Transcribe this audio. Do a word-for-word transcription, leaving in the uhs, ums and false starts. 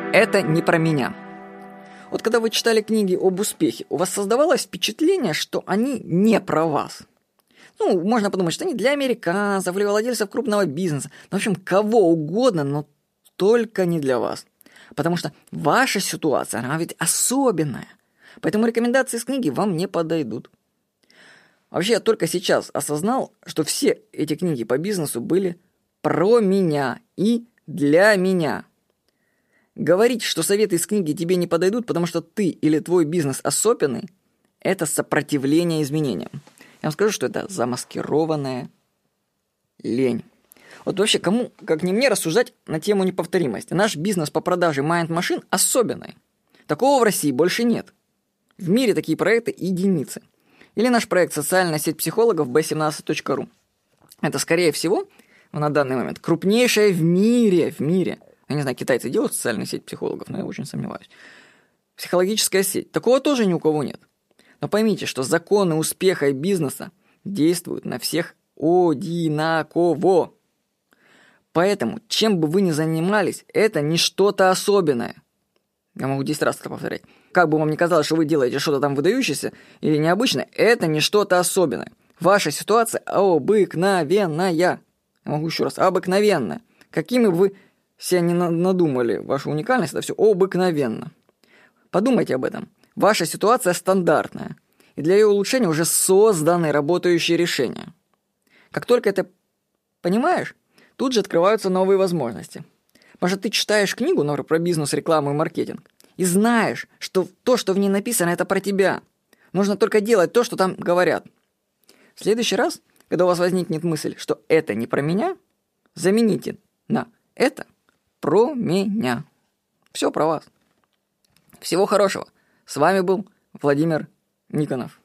Это не про меня. Вот когда вы читали книги об успехе, у вас создавалось впечатление, что они не про вас. Ну, можно подумать, что они для американцев или владельцев крупного бизнеса. Ну, в общем, кого угодно, но только не для вас. Потому что ваша ситуация, она ведь особенная. Поэтому рекомендации из книги вам не подойдут. Вообще, я только сейчас осознал, что все эти книги по бизнесу были про меня и для меня. Говорить, что советы из книги тебе не подойдут, потому что ты или твой бизнес особенный, это сопротивление изменениям. Я вам скажу, что это замаскированная лень. Вот вообще, кому, как не мне, рассуждать на тему неповторимости. Наш бизнес по продаже майнд-машин особенный. Такого в России больше нет. В мире такие проекты единицы. Или наш проект «Социальная сеть психологов» би семнадцать точка ру. Это, скорее всего, на данный момент крупнейшая в мире, в мире. Я не знаю, китайцы делают социальную сеть психологов, но я очень сомневаюсь. Психологическая сеть. Такого тоже ни у кого нет. Но поймите, что законы успеха и бизнеса действуют на всех одинаково. Поэтому, чем бы вы ни занимались, это не что-то особенное. Я могу десять раз это повторять. Как бы вам ни казалось, что вы делаете что-то там выдающееся или необычное, это не что-то особенное. Ваша ситуация обыкновенная. Я могу еще раз, обыкновенная. Какими бы вы себя не надумали, вашу уникальность, это все обыкновенно. Подумайте об этом. Ваша ситуация стандартная, и для ее улучшения уже созданы работающие решения. Как только это понимаешь, тут же открываются новые возможности. Может, ты читаешь книгу, например, про бизнес, рекламу и маркетинг, и знаешь, что то, что в ней написано, это про тебя. Нужно только делать то, что там говорят. В следующий раз, когда у вас возникнет мысль, что это не про меня, замените на это про меня. Все про вас. Всего хорошего. С вами был Владимир Никонов.